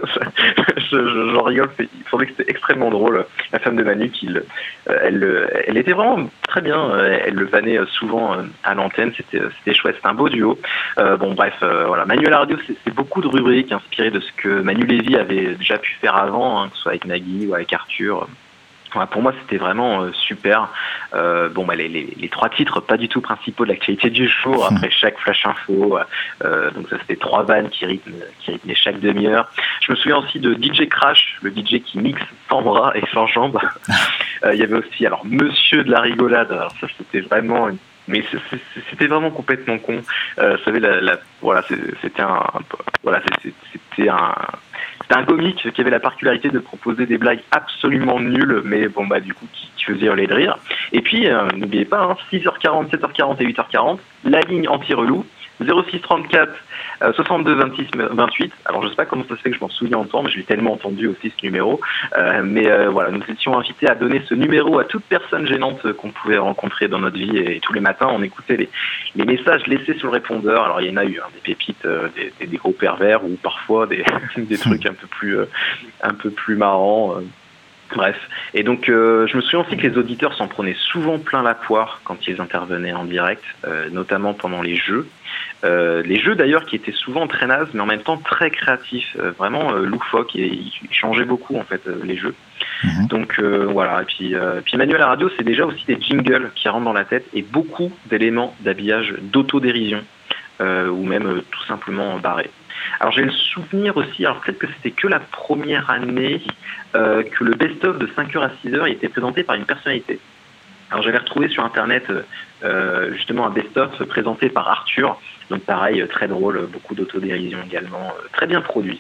je, je, j'en rigole, il semblait que c'était extrêmement drôle, la femme de Manu, qu'il, euh, elle, elle était vraiment très bien, elle le vannait souvent à l'antenne, c'était, c'était chouette, c'était un beau duo. Euh, bon bref, euh, voilà, Manu à la radio, c'est, c'est beaucoup de rubriques inspirées de ce que Manu Lévy avait déjà pu faire avant, hein, que ce soit avec Nagui ou avec Arthur. Voilà, pour moi, c'était vraiment euh, super. Euh, bon, bah, les, les, les trois titres, pas du tout principaux de l'actualité du jour, après chaque flash info. Euh, donc ça, c'était trois vannes qui rythment, qui rythmaient chaque demi-heure. Je me souviens aussi de D J Crash, le D J qui mixe sans bras et sans jambes. Euh, il y avait aussi, alors, Monsieur de la rigolade. Alors ça, c'était vraiment une... Mais c'était vraiment complètement con. Euh, vous savez, la, la, voilà, c'était un, voilà, c'était un, c'était un comique qui avait la particularité de proposer des blagues absolument nulles, mais bon bah du coup qui, qui faisait hurler de rire. Et puis euh, n'oubliez pas, hein, six heures quarante, sept heures quarante et huit heures quarante, la ligne anti-relou. zéro six trente-quatre euh, soixante-deux vingt-six vingt-huit. Alors je sais pas comment ça se fait que je m'en souviens autant, mais je l'ai tellement entendu aussi ce numéro. Euh, mais euh, voilà, nous étions invités à donner ce numéro à toute personne gênante qu'on pouvait rencontrer dans notre vie. Et tous les matins, on écoutait les, les messages laissés sur le répondeur. Alors il y en a eu hein, des pépites, euh, des, des, des gros pervers ou parfois des, des trucs un peu plus, euh, un peu plus marrants. Euh. Bref, et donc euh, je me souviens aussi que les auditeurs s'en prenaient souvent plein la poire quand ils intervenaient en direct, euh, notamment pendant les jeux. Euh, les jeux d'ailleurs qui étaient souvent très nazes, mais en même temps très créatifs, euh, vraiment euh, loufoques, et ils changeaient beaucoup en fait euh, les jeux. Mmh. Donc euh, voilà, et puis, euh, puis Manu à la radio, c'est déjà aussi des jingles qui rentrent dans la tête et beaucoup d'éléments d'habillage d'autodérision, euh, ou même euh, tout simplement barrés. Alors j'ai le souvenir aussi, alors peut-être que c'était que la première année, euh, que le best-of de cinq heures à six heures était présenté par une personnalité. Alors j'avais retrouvé sur internet euh, justement un best-of présenté par Arthur, donc pareil, très drôle, beaucoup d'autodérision également, euh, très bien produit.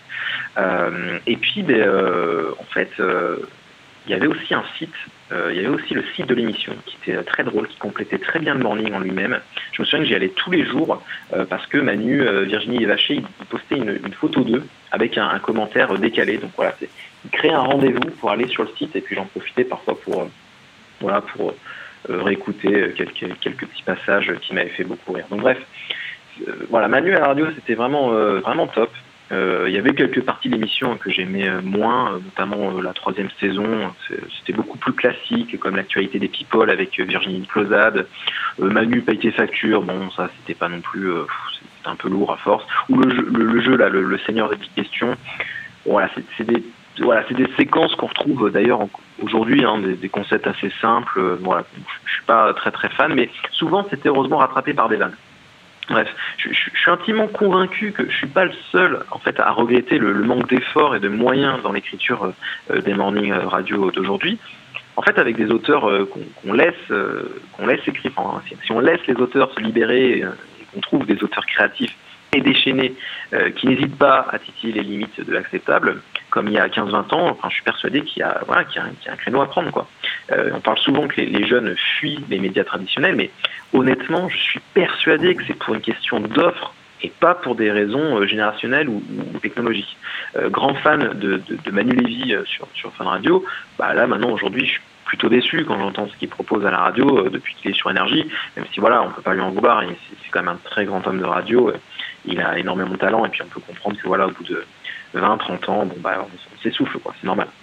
Euh, et puis ben, euh, en fait, euh, il y avait aussi un site, euh, il y avait aussi le site de l'émission qui était très drôle, qui complétait très bien le morning en lui-même. Je me souviens que j'y allais tous les jours euh, parce que Manu, euh, Virginie et Vacher, ils postaient une, une photo d'eux avec un, un commentaire décalé. Donc voilà, c'est, ils créaient un rendez-vous pour aller sur le site et puis j'en profitais parfois pour, euh, voilà, pour euh, réécouter quelques, quelques petits passages qui m'avaient fait beaucoup rire. Donc bref, euh, voilà, Manu à la radio, c'était vraiment, euh, vraiment top. Euh, il y avait quelques parties de l'émission que j'aimais moins, notamment euh, la troisième saison. C'était beaucoup plus classique, comme l'actualité des people avec Virginie Closade. Euh, Manu paye tes factures, bon ça c'était pas non plus, euh, c'était un peu lourd à force. Ou le jeu, le, le jeu là, le, le Seigneur des petites questions. Voilà, c'est, c'est des voilà, c'est des séquences qu'on retrouve d'ailleurs aujourd'hui, hein, des, des concepts assez simples. Euh, voilà, je suis pas très très fan, mais souvent c'était heureusement rattrapé par des vannes. Bref, je, je, je suis intimement convaincu que je suis pas le seul en fait à regretter le, le manque d'efforts et de moyens dans l'écriture euh, des morning radio d'aujourd'hui. En fait, avec des auteurs euh, qu'on, qu'on laisse euh, qu'on laisse écrire, enfin, si, si on laisse les auteurs se libérer euh, et qu'on trouve des auteurs créatifs et déchaînés euh, qui n'hésitent pas à titiller les limites de l'acceptable, comme il y a quinze vingt ans, enfin, je suis persuadé qu'il y a, voilà, qu'il y a, un, qu'il y a un créneau à prendre, quoi. Euh, on parle souvent que les, les jeunes fuient les médias traditionnels, mais honnêtement, je suis persuadé que c'est pour une question d'offre et pas pour des raisons euh, générationnelles ou, ou technologiques. Euh, grand fan de, de, de Manu Lévy euh, sur, sur Fun Radio, bah là maintenant aujourd'hui je suis plutôt déçu quand j'entends ce qu'il propose à la radio euh, depuis qu'il est sur Énergie, même si voilà, on peut pas lui en vouloir, c'est, c'est quand même un très grand homme de radio, euh, il a énormément de talent et puis on peut comprendre que voilà, au bout de vingt trente ans, bon bah on s'essouffle, quoi, c'est normal.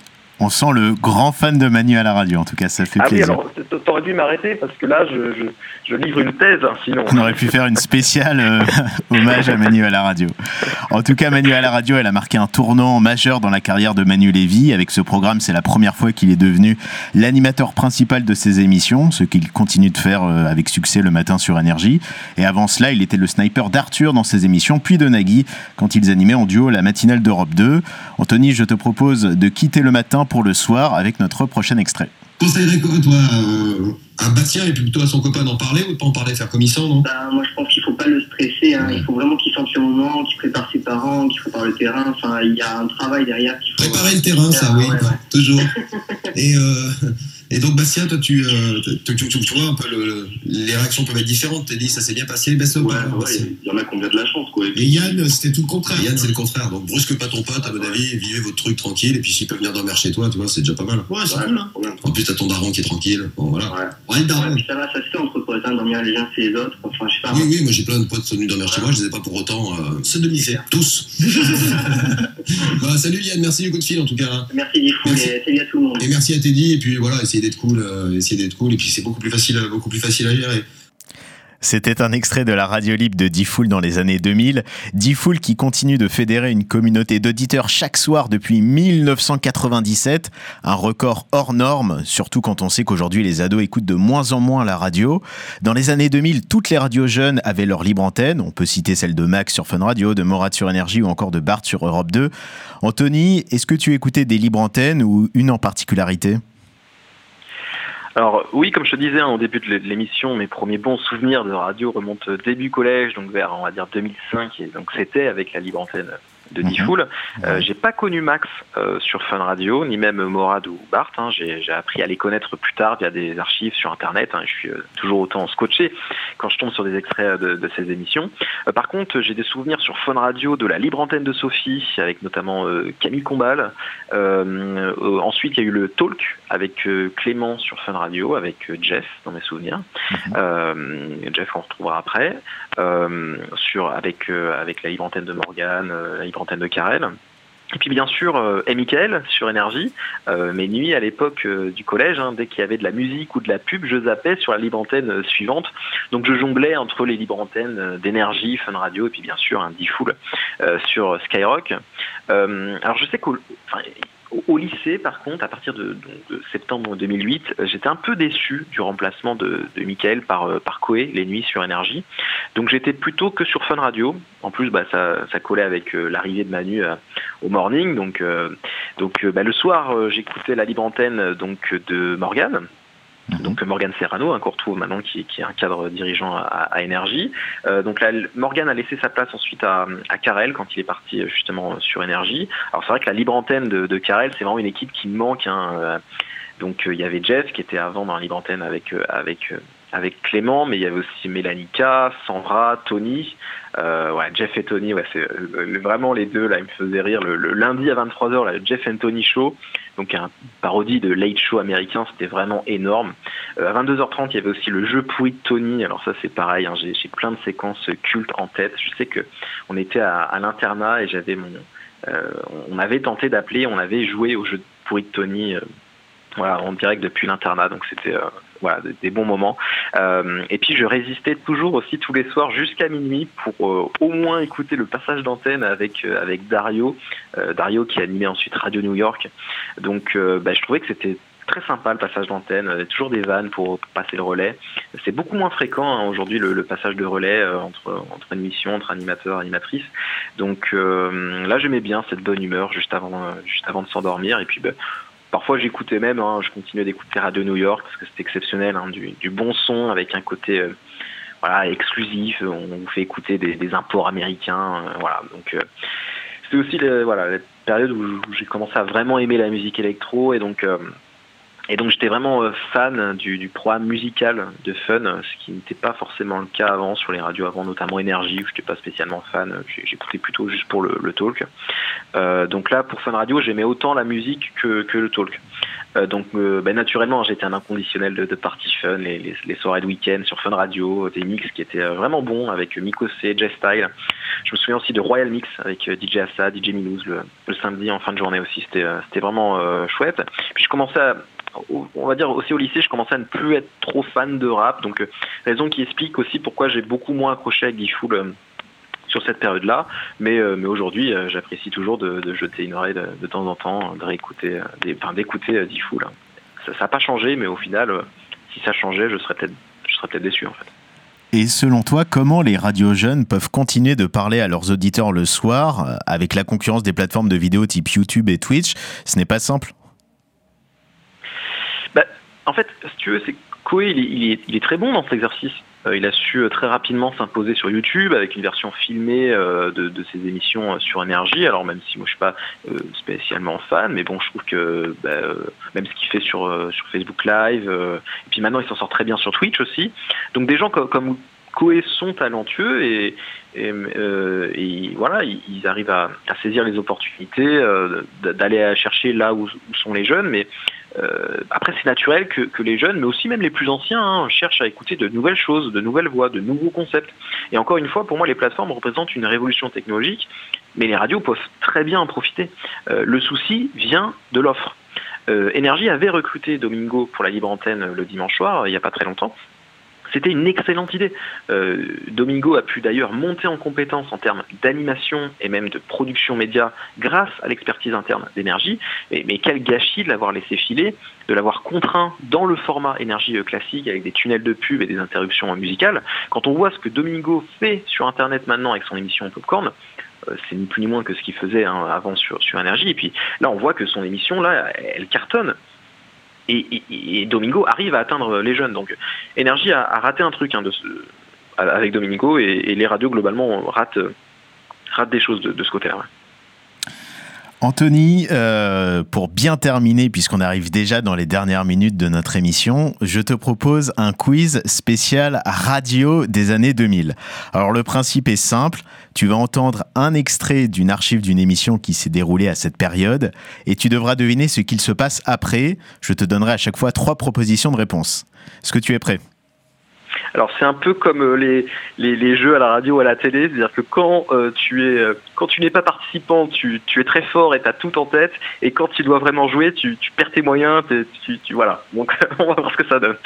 On sent le grand fan de Manu à la radio, en tout cas, ça fait ah plaisir. Ah oui, alors t'aurais dû m'arrêter parce que là, je, je, je livre une thèse, hein, sinon. On aurait pu faire une spéciale euh, hommage à Manu à la radio. En tout cas, Manu à la radio, elle a marqué un tournant majeur dans la carrière de Manu Lévy. Avec ce programme, c'est la première fois qu'il est devenu l'animateur principal de ses émissions, ce qu'il continue de faire euh, avec succès le matin sur Énergie. Et avant cela, il était le sniper d'Arthur dans ses émissions, puis de Nagui quand ils animaient en duo la matinale d'Europe deux. Anthony, je te propose de quitter le matin pour le soir avec notre prochain extrait. Conseillerais quoi, toi, euh, à Bastien et puis plutôt à son copain d'en parler ou de pas en parler, faire comme il sent, non? Bah, moi je pense qu'il faut pas le stresser, hein. Il faut vraiment qu'il sente le moment, qu'il prépare ses parents, qu'il prépare le terrain, enfin il y a un travail derrière qu'il faut... Préparer le terrain, ça, oui, ouais, ouais. Toujours. Et, euh, et donc Bastien, toi tu, euh, tu, tu, tu, tu vois un peu le, le, les réactions peuvent être différentes, tu t'es dit ça s'est bien passé, baisse-le ouais, pas. Ouais, il y en a qui ont bien de la chance, quoi. Et Yann, c'était tout le contraire. Yann, c'est le contraire, donc brusque pas ton pote, à mon avis, vivez votre truc tranquille, et puis s'il peut venir dormir chez toi, tu vois, c'est déjà pas mal. Ouais, c'est ouais, cool, hein. En plus t'as ton daron qui est tranquille, bon voilà. Ouais, ouais, daron. Ouais, ça va, ça se fait entre potes, hein, dormir les uns chez les autres, enfin je sais pas. Oui, oui, moi j'ai plein de potes venus dormir ouais. chez moi, je les ai pas pour autant euh, sodomisés, tous. Bah, salut Yann, merci du coup de fil en tout cas. Merci du fou, et salut à tout le monde. Et merci à Teddy, et puis voilà, essayez d'être cool, euh, essayez d'être cool, et puis c'est beaucoup plus facile, beaucoup plus facile à gérer. C'était un extrait de la radio libre de D-Fool dans les années deux mille. D-Fool qui continue de fédérer une communauté d'auditeurs chaque soir depuis mille neuf cent quatre-vingt-dix-sept. Un record hors norme, surtout quand on sait qu'aujourd'hui les ados écoutent de moins en moins la radio. Dans les années deux mille, toutes les radios jeunes avaient leur libre antenne. On peut citer celle de Max sur Fun Radio, de Morad sur Énergie ou encore de Bart sur Europe deux. Anthony, est-ce que tu écoutais des libres antennes ou une en particularité ? Alors oui, comme je te disais hein, au début de l'émission, mes premiers bons souvenirs de radio remontent début collège, donc vers on va dire deux mille cinq, et donc c'était avec la libre antenne de D-Fool. Euh, j'ai pas connu Max euh, sur Fun Radio, ni même Morad ou Bart. Hein. J'ai, j'ai appris à les connaître plus tard via des archives sur Internet. Hein. Je suis euh, toujours autant scotché quand je tombe sur des extraits de, de ces émissions. Euh, par contre, j'ai des souvenirs sur Fun Radio de la libre antenne de Sophie, avec notamment euh, Camille Combal. Euh, euh, ensuite, il y a eu le Talk avec euh, Clément sur Fun Radio, avec euh, Jeff dans mes souvenirs. Mm-hmm. Euh, Jeff, on retrouvera après. Euh, sur avec euh, avec la libre antenne de Morgane, euh, la libre antenne de Karel. Et puis bien sûr euh, et Mickaël sur Énergie. Euh, mes nuits à l'époque euh, du collège, hein, dès qu'il y avait de la musique ou de la pub, je zappais sur la libre antenne euh, suivante. Donc je jonglais entre les libres antennes euh, d'Énergie, Fun Radio et puis bien sûr un D-Fool euh, sur Skyrock. Euh, alors je sais qu'au enfin, Au lycée, par contre, à partir de, de septembre deux mille huit, j'étais un peu déçu du remplacement de, de Mickaël par, par Koé, les nuits sur Énergie. Donc j'étais plutôt que sur Fun Radio. En plus, bah, ça, ça collait avec euh, l'arrivée de Manu euh, au morning. Donc, euh, donc euh, bah, le soir, euh, j'écoutais la libre antenne donc, de Morgane. Donc Morgane Serrano, hein, qu'on retrouve maintenant, qui, qui est un cadre dirigeant à, à Énergie. Euh, donc là, Morgane a laissé sa place ensuite à, à Karel quand il est parti justement sur Énergie. Alors c'est vrai que la libre antenne de, de Karel, c'est vraiment une équipe qui me manque. Hein. Euh, donc il euh, y avait Jeff qui était avant dans la libre antenne avec euh, avec euh, avec Clément, mais il y avait aussi Mélanica, Sandra, Tony. Euh, ouais, Jeff et Tony, ouais, c'est euh, vraiment les deux là, ils me faisaient rire. Le, le lundi à vingt-trois heures, le Jeff and Tony Show, donc un parodie de Late Show américain, c'était vraiment énorme. Euh, à vingt-deux heures trente, il y avait aussi le jeu pourri de Tony. Alors ça, c'est pareil, hein, j'ai, j'ai plein de séquences cultes en tête. Je sais que on était à, à l'internat et j'avais mon, euh, on avait tenté d'appeler, on avait joué au jeu pourri de Tony. Euh, voilà, en direct depuis l'internat, donc c'était euh, voilà, des, des bons moments. Euh, et puis je résistais toujours aussi tous les soirs jusqu'à minuit pour euh, au moins écouter le passage d'antenne avec euh, avec Dario, euh, Dario qui animait ensuite Radio New York. Donc euh, bah, je trouvais que c'était très sympa le passage d'antenne, euh, toujours des vannes pour, pour passer le relais. C'est beaucoup moins fréquent hein, aujourd'hui le, le passage de relais euh, entre entre émissions, entre animateurs, animatrices. Donc euh, là j'aimais bien cette bonne humeur juste avant euh, juste avant de s'endormir. Et puis bah, parfois j'écoutais même, hein, je continuais d'écouter Radio New York parce que c'était exceptionnel, hein, du, du bon son avec un côté euh, voilà exclusif. On vous fait écouter des, des imports américains, euh, voilà. Donc euh, c'était aussi le, voilà la période où, où j'ai commencé à vraiment aimer la musique électro et donc euh, Et donc j'étais vraiment euh, fan du, du programme musical de Fun, ce qui n'était pas forcément le cas avant sur les radios avant, notamment Énergie, où je n'étais pas spécialement fan, j'écoutais plutôt juste pour le, le talk. Euh, donc là, pour Fun Radio, j'aimais autant la musique que, que le talk. Euh, donc euh, bah, naturellement, j'étais un inconditionnel de, de Party Fun, les, les, les soirées de week-end sur Fun Radio, des mix qui étaient vraiment bons avec Miko C, J-Style. Je me souviens aussi de Royal Mix avec D J Assa, D J Milouz le, le samedi en fin de journée aussi, c'était, c'était vraiment euh, chouette. Puis je commençais à on va dire aussi au lycée, je commençais à ne plus être trop fan de rap, donc euh, raison qui explique aussi pourquoi j'ai beaucoup moins accroché à Guifool euh, sur cette période-là, mais, euh, mais aujourd'hui euh, j'apprécie toujours de, de jeter une oreille de, de temps en temps, de réécouter, des, enfin d'écouter euh, Guifool. Ça n'a pas changé, mais au final, euh, si ça changeait, je serais peut-être, je serais peut-être déçu en fait. Et selon toi, comment les radios jeunes peuvent continuer de parler à leurs auditeurs le soir avec la concurrence des plateformes de vidéos type YouTube et Twitch? Ce n'est pas simple. Bah, en fait, si tu veux, c'est Koé, il, il, est, il est très bon dans cet exercice. Euh, il a su euh, très rapidement s'imposer sur YouTube avec une version filmée euh, de, de ses émissions euh, sur Énergie. Alors même si moi je suis pas euh, spécialement fan, mais bon, je trouve que bah, euh, même ce qu'il fait sur euh, sur Facebook Live, euh, et puis maintenant il s'en sort très bien sur Twitch aussi. Donc des gens comme, comme Koé sont talentueux et, et, euh, et voilà, ils, ils arrivent à, à saisir les opportunités, euh, d'aller chercher là où, où sont les jeunes, mais Euh, après, c'est naturel que, que les jeunes, mais aussi même les plus anciens, hein, cherchent à écouter de nouvelles choses, de nouvelles voix, de nouveaux concepts. Et encore une fois, pour moi, les plateformes représentent une révolution technologique, mais les radios peuvent très bien en profiter. Euh, le souci vient de l'offre. Euh, Énergie avait recruté Domingo pour la libre antenne le dimanche soir, il n'y a pas très longtemps. C'était une excellente idée. Euh, Domingo a pu d'ailleurs monter en compétence en termes d'animation et même de production média grâce à l'expertise interne d'Énergie. Mais, mais quel gâchis de l'avoir laissé filer, de l'avoir contraint dans le format Énergie classique avec des tunnels de pub et des interruptions musicales. Quand on voit ce que Domingo fait sur Internet maintenant avec son émission Popcorn, euh, c'est ni plus ni moins que ce qu'il faisait hein, avant sur, sur Énergie. Et puis là, on voit que son émission, là, elle cartonne. Et, et, et Domingo arrive à atteindre les jeunes. Donc Énergie a, a raté un truc hein, de ce, avec Domingo et, et les radios globalement ratent, ratent des choses de, de ce côté-là. Ouais. Anthony, euh, pour bien terminer, puisqu'on arrive déjà dans les dernières minutes de notre émission, je te propose un quiz spécial radio des années deux mille. Alors le principe est simple, tu vas entendre un extrait d'une archive d'une émission qui s'est déroulée à cette période et tu devras deviner ce qu'il se passe après. Je te donnerai à chaque fois trois propositions de réponse. Est-ce que tu es prêt ? Alors c'est un peu comme les, les, les jeux à la radio ou à la télé, c'est-à-dire que quand euh, tu es quand tu n'es pas participant, tu, tu es très fort et tu as tout en tête, et quand tu dois vraiment jouer, tu, tu perds tes moyens, tu, tu voilà. Donc on va voir ce que ça donne.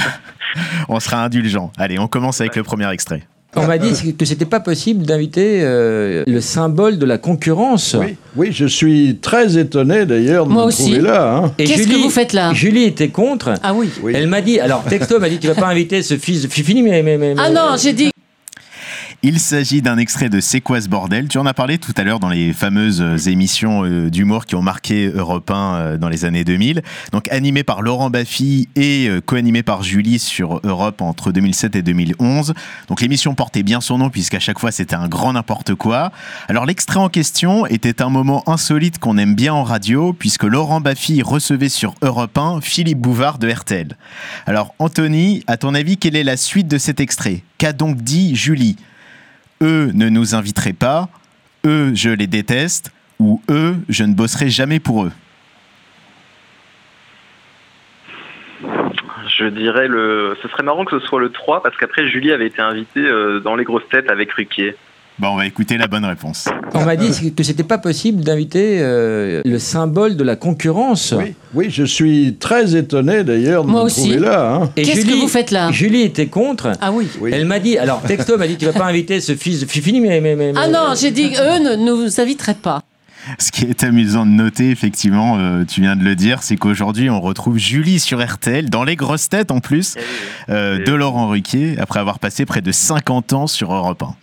On sera indulgent. Allez, on commence avec ouais. le premier extrait. On m'a dit que c'était pas possible d'inviter euh, le symbole de la concurrence. Oui, oui, je suis très étonné d'ailleurs de Moi me aussi. trouver là. Hein. Et Qu'est-ce Julie, que vous faites là ? Julie était contre. Ah oui. oui. Elle m'a dit, alors texto m'a dit, tu vas pas inviter ce fils de Fifini, mais, mais, mais Ah non, j'ai dit. Il s'agit d'un extrait de C'est quoi ce bordel ? Tu en as parlé tout à l'heure dans les fameuses émissions d'humour qui ont marqué Europe un dans les années deux mille. Donc animé par Laurent Baffy et co-animé par Julie sur Europe entre deux mille sept et deux mille onze. Donc l'émission portait bien son nom puisqu'à chaque fois c'était un grand n'importe quoi. Alors l'extrait en question était un moment insolite qu'on aime bien en radio puisque Laurent Baffy recevait sur Europe un Philippe Bouvard de R T L. Alors Anthony, à ton avis, quelle est la suite de cet extrait ? Qu'a donc dit Julie ? Eux ne nous inviteraient pas, eux je les déteste, ou eux je ne bosserai jamais pour eux. Je dirais le. Ce serait marrant que ce soit le trois, parce qu'après Julie avait été invitée euh, dans Les Grosses Têtes avec Ruquier. Bah, on va écouter la bonne réponse. On m'a dit que c'était pas possible d'inviter euh, le symbole de la concurrence. Oui, oui, je suis très étonné d'ailleurs de Moi me aussi. trouver là. Hein. Et Qu'est-ce Julie, que vous faites là? Julie était contre. Ah oui. Oui. Elle m'a dit, alors texto m'a dit, tu vas pas inviter ce fils de Fifini, mais, mais, mais Ah non, j'ai dit eux ne nous inviteraient pas. Ce qui est amusant de noter, effectivement, euh, tu viens de le dire, c'est qu'aujourd'hui, on retrouve Julie sur R T L, dans les grosses têtes en plus, euh, de Laurent Ruquier, après avoir passé près de cinquante ans sur Europe un.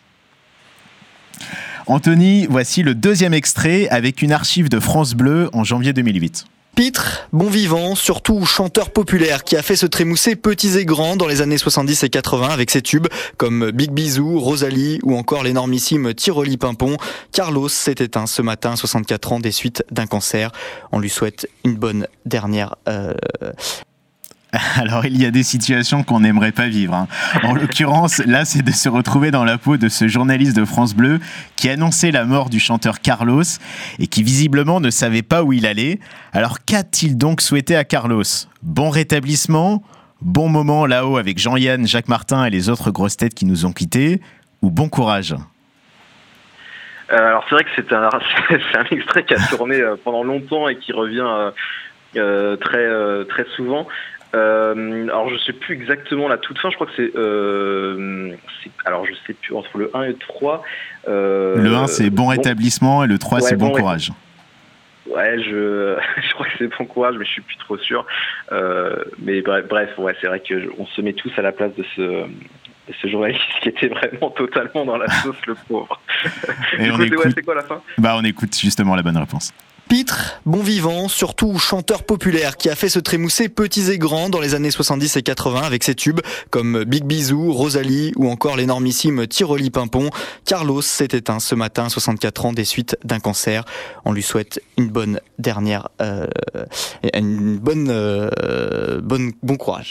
Anthony, voici le deuxième extrait avec une archive de France Bleu en janvier deux mille huit. Pitre, bon vivant, surtout chanteur populaire qui a fait se trémousser petits et grands dans les années soixante-dix et quatre-vingts avec ses tubes comme Big Bisou, Rosalie ou encore l'énormissime Tiroli Pimpon. Carlos s'est éteint ce matin à soixante-quatre ans des suites d'un cancer. On lui souhaite une bonne dernière... Euh... Alors, il y a des situations qu'on n'aimerait pas vivre. Hein. En l'occurrence, là, c'est de se retrouver dans la peau de ce journaliste de France Bleu qui annonçait la mort du chanteur Carlos et qui visiblement ne savait pas où il allait. Alors, qu'a-t-il donc souhaité à Carlos ? Bon rétablissement ? Bon moment là-haut avec Jean-Yann, Jacques Martin et les autres grosses têtes qui nous ont quittés ? Ou bon courage ? Euh, alors c'est vrai que c'est un, c'est un extrait qui a tourné euh, pendant longtemps et qui revient euh, euh, très, euh, très souvent. Euh, alors je sais plus exactement la toute fin, je crois que c'est, euh, c'est alors je sais plus, entre le un et le trois. Euh, le un c'est bon rétablissement bon, et le trois ouais, c'est bon, bon courage. Ouais, je, je crois que c'est bon courage, mais je suis plus trop sûr. Euh, mais bref, bref, ouais, c'est vrai qu'on se met tous à la place de ce, de ce journaliste qui était vraiment totalement dans la sauce, le pauvre. Et du on coup, écoute, c'est, ouais, c'est quoi la fin ? Bah, on écoute justement la bonne réponse. Pitre, bon vivant, surtout chanteur populaire qui a fait se trémousser petits et grands dans les années soixante-dix et quatre-vingts avec ses tubes comme Big Bisou, Rosalie ou encore l'énormissime Tiroli Pimpon. Carlos s'est éteint ce matin à soixante-quatre ans des suites d'un cancer. On lui souhaite une bonne dernière, euh, une bonne, euh, bonne, bon courage.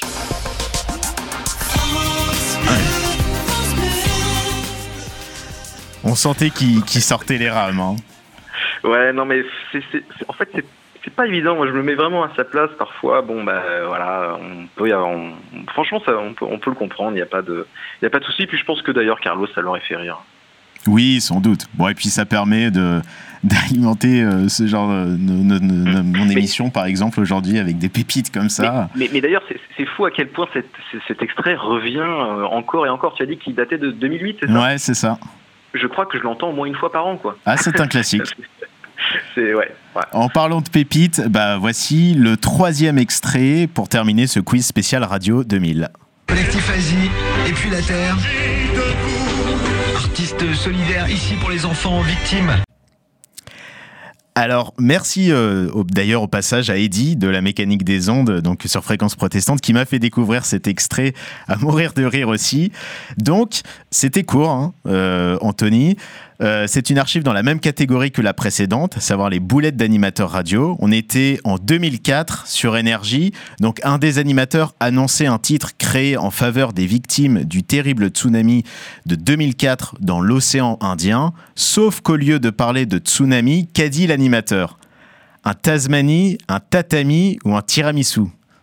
On sentait qu'il, qu'il sortait les rames, hein. Ouais, non, mais c'est, c'est, c'est, en fait, c'est, c'est pas évident. Moi, je me mets vraiment à sa place parfois. Bon, bah, voilà, on peut, y avoir, on, franchement, ça, on peut, on peut le comprendre. Il n'y a pas de, il y a pas de souci. Puis je pense que d'ailleurs, Carlos, ça l'aurait fait rire. Oui, sans doute. Bon, et puis ça permet de d'alimenter euh, ce genre de, de, de, de mon émission, mais, par exemple, aujourd'hui, avec des pépites comme ça. Mais, mais, mais d'ailleurs, c'est, c'est fou à quel point cet, cet extrait revient euh, encore et encore. Tu as dit qu'il datait de deux mille huit, c'est ça ? Ouais, c'est ça. Je crois que je l'entends au moins une fois par an, quoi. Ah, c'est un classique. C'est, ouais, ouais. En parlant de pépites, bah, voici le troisième extrait pour terminer ce quiz spécial Radio deux mille. Collectif Asie, et puis la Terre. Artiste solidaire ici pour les enfants victimes. Alors, merci euh, au, d'ailleurs au passage à Eddy de la mécanique des ondes, donc sur Fréquence Protestante, qui m'a fait découvrir cet extrait à mourir de rire aussi. Donc, c'était court, hein, euh, Anthony. Euh, c'est une archive dans la même catégorie que la précédente, à savoir les boulettes d'animateurs radio. On était en deux mille quatre sur Énergie. Donc, un des animateurs annonçait un titre créé en faveur des victimes du terrible tsunami de deux mille quatre dans l'océan Indien. Sauf qu'au lieu de parler de tsunami, qu'a dit l'animateur ? Un Tasmanie, un tatami ou un tiramisu ?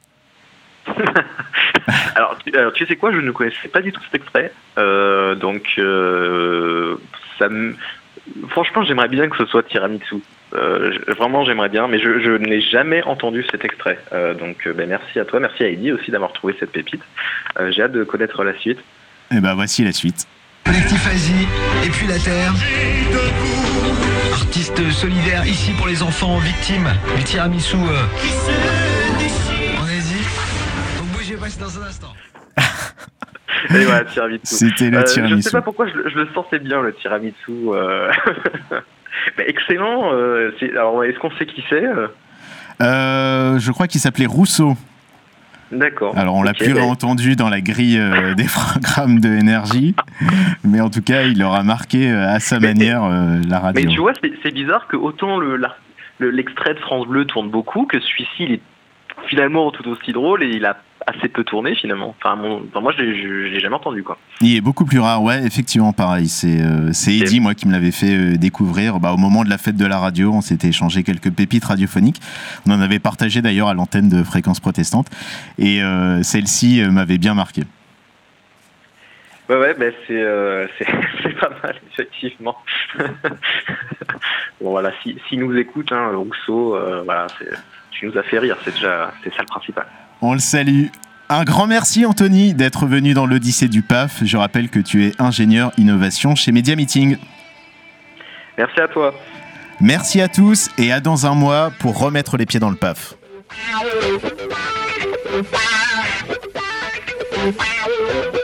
alors, tu, alors, tu sais quoi, je ne connaissais pas du tout cet extrait. Euh, donc, euh, ça me... franchement, j'aimerais bien que ce soit tiramisu. Euh, je, vraiment, j'aimerais bien, mais je, je n'ai jamais entendu cet extrait. Euh, donc, ben, merci à toi, merci à Eddy aussi d'avoir trouvé cette pépite. Euh, j'ai hâte de connaître la suite. Et ben, voici la suite. Collectif Asie, et puis la Terre. Artiste solidaire ici pour les enfants victimes du tiramisu euh, en Asie. Donc bougez pas, c'est dans un instant. Et voilà, tiramisu. C'était le tiramisu. Euh, je ne sais pas pourquoi je, je le sentais bien, le tiramisu. Euh... Mais excellent. Euh, c'est... Alors, est-ce qu'on sait qui c'est euh euh, Je crois qu'il s'appelait Rousseau. D'accord. Alors, on l'a okay, plus mais... réentendu dans la grille euh, des programmes de Énergie, mais en tout cas, il aura marqué euh, à sa mais, manière euh, la radio. Mais tu vois, c'est, c'est bizarre que autant le, la, le, l'extrait de France Bleu tourne beaucoup, que celui-ci, il est finalement tout aussi drôle et il a assez peu tourné finalement. Enfin, mon, enfin moi, je ne l'ai jamais entendu, quoi. Il est beaucoup plus rare, ouais, effectivement, pareil. C'est, euh, c'est Eddy, moi, qui me l'avait fait euh, découvrir. Bah, au moment de la fête de la radio, on s'était échangé quelques pépites radiophoniques. On en avait partagé d'ailleurs à l'antenne de Fréquence Protestante. Et euh, celle-ci euh, m'avait bien marqué. Ouais, ouais, ben c'est, euh, c'est, c'est pas mal, effectivement. Bon, voilà, si, si nous écoute, hein, Rousseau, euh, voilà, c'est, tu nous as fait rire, c'est déjà, c'est ça le principal. On le salue. Un grand merci, Anthony, d'être venu dans l'Odyssée du P A F. Je rappelle que tu es ingénieur innovation chez Media Meeting. Merci à toi. Merci à tous et à dans un mois pour remettre les pieds dans le P A F. Wow.